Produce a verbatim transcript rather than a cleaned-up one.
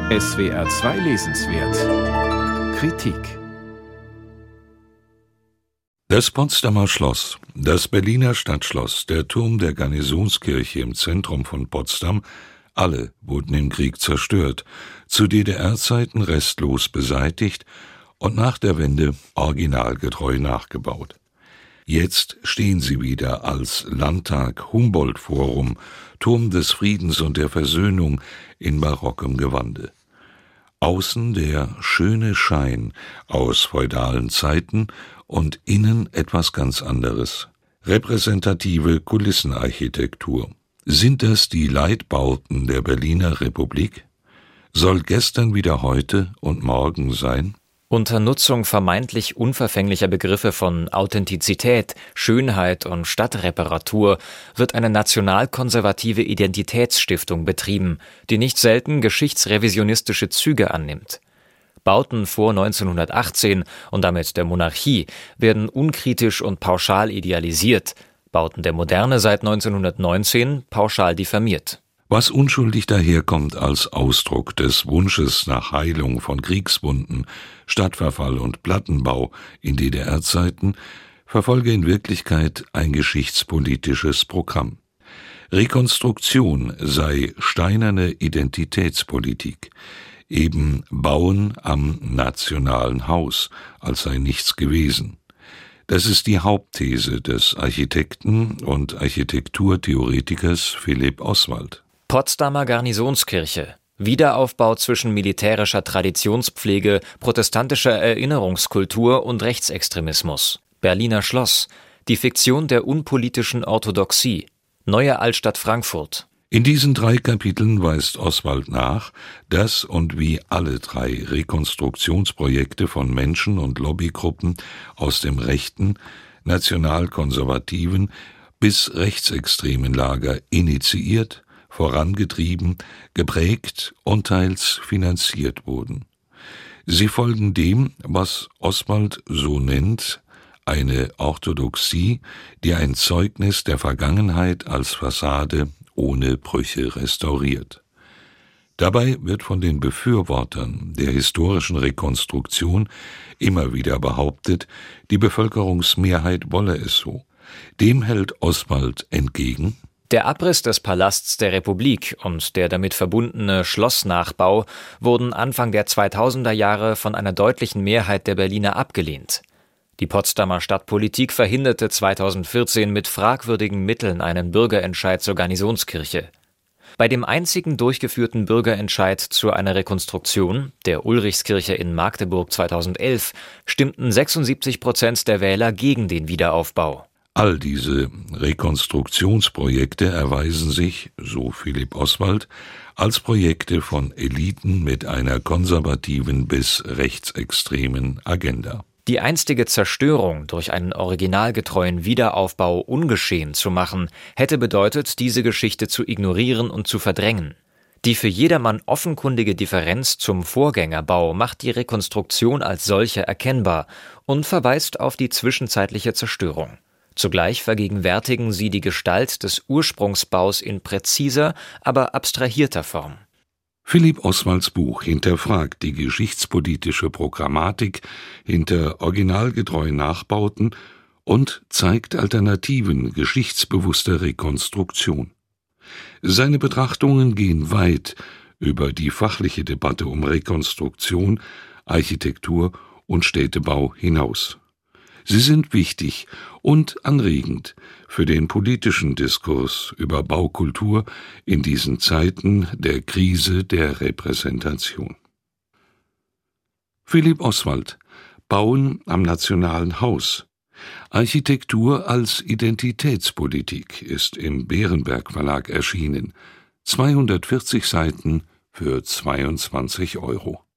S W R zwei Lesenswert Kritik. Das Potsdamer Schloss, das Berliner Stadtschloss, der Turm der Garnisonskirche im Zentrum von Potsdam, alle wurden im Krieg zerstört, zu D D R-Zeiten restlos beseitigt und nach der Wende originalgetreu nachgebaut. Jetzt stehen sie wieder als Landtag, Humboldt-Forum, Turm des Friedens und der Versöhnung in barockem Gewande. Außen der schöne Schein aus feudalen Zeiten und innen etwas ganz anderes. Repräsentative Kulissenarchitektur. Sind das die Leitbauten der Berliner Republik? Soll gestern wieder heute und morgen sein? Unter Nutzung vermeintlich unverfänglicher Begriffe von Authentizität, Schönheit und Stadtreparatur wird eine nationalkonservative Identitätsstiftung betrieben, die nicht selten geschichtsrevisionistische Züge annimmt. Bauten vor neunzehnhundertachtzehn und damit der Monarchie werden unkritisch und pauschal idealisiert, Bauten der Moderne seit neunzehnhundertneunzehn pauschal diffamiert. Was unschuldig daherkommt als Ausdruck des Wunsches nach Heilung von Kriegswunden, Stadtverfall und Plattenbau in D D R-Zeiten, verfolge in Wirklichkeit ein geschichtspolitisches Programm. Rekonstruktion sei steinerne Identitätspolitik, eben Bauen am nationalen Haus, als sei nichts gewesen. Das ist die Hauptthese des Architekten und Architekturtheoretikers Philipp Oswald. Potsdamer Garnisonskirche. Wiederaufbau zwischen militärischer Traditionspflege, protestantischer Erinnerungskultur und Rechtsextremismus. Berliner Schloss. Die Fiktion der unpolitischen Orthodoxie. Neue Altstadt Frankfurt. In diesen drei Kapiteln weist Oswald nach, dass und wie alle drei Rekonstruktionsprojekte von Menschen und Lobbygruppen aus dem rechten, nationalkonservativen bis rechtsextremen Lager initiiert, vorangetrieben, geprägt und teils finanziert wurden. Sie folgen dem, was Oswald so nennt, eine Orthodoxie, die ein Zeugnis der Vergangenheit als Fassade ohne Brüche restauriert. Dabei wird von den Befürwortern der historischen Rekonstruktion immer wieder behauptet, die Bevölkerungsmehrheit wolle es so. Dem hält Oswald entgegen: Der Abriss des Palasts der Republik und der damit verbundene Schlossnachbau wurden Anfang der zweitausender Jahre von einer deutlichen Mehrheit der Berliner abgelehnt. Die Potsdamer Stadtpolitik verhinderte zweitausendvierzehn mit fragwürdigen Mitteln einen Bürgerentscheid zur Garnisonskirche. Bei dem einzigen durchgeführten Bürgerentscheid zu einer Rekonstruktion, der Ulrichskirche in Magdeburg zweitausendelf, stimmten sechsundsiebzig Prozent der Wähler gegen den Wiederaufbau. All diese Rekonstruktionsprojekte erweisen sich, so Philipp Oswald, als Projekte von Eliten mit einer konservativen bis rechtsextremen Agenda. Die einstige Zerstörung durch einen originalgetreuen Wiederaufbau ungeschehen zu machen, hätte bedeutet, diese Geschichte zu ignorieren und zu verdrängen. Die für jedermann offenkundige Differenz zum Vorgängerbau macht die Rekonstruktion als solche erkennbar und verweist auf die zwischenzeitliche Zerstörung. Zugleich vergegenwärtigen sie die Gestalt des Ursprungsbaus in präziser, aber abstrahierter Form. Philipp Oswalds Buch hinterfragt die geschichtspolitische Programmatik hinter originalgetreuen Nachbauten und zeigt Alternativen geschichtsbewusster Rekonstruktion. Seine Betrachtungen gehen weit über die fachliche Debatte um Rekonstruktion, Architektur und Städtebau hinaus. Sie sind wichtig und anregend für den politischen Diskurs über Baukultur in diesen Zeiten der Krise der Repräsentation. Philipp Oswald: Bauen am nationalen Haus. Architektur als Identitätspolitik ist im Berenberg Verlag erschienen. zweihundertvierzig Seiten für zweiundzwanzig Euro.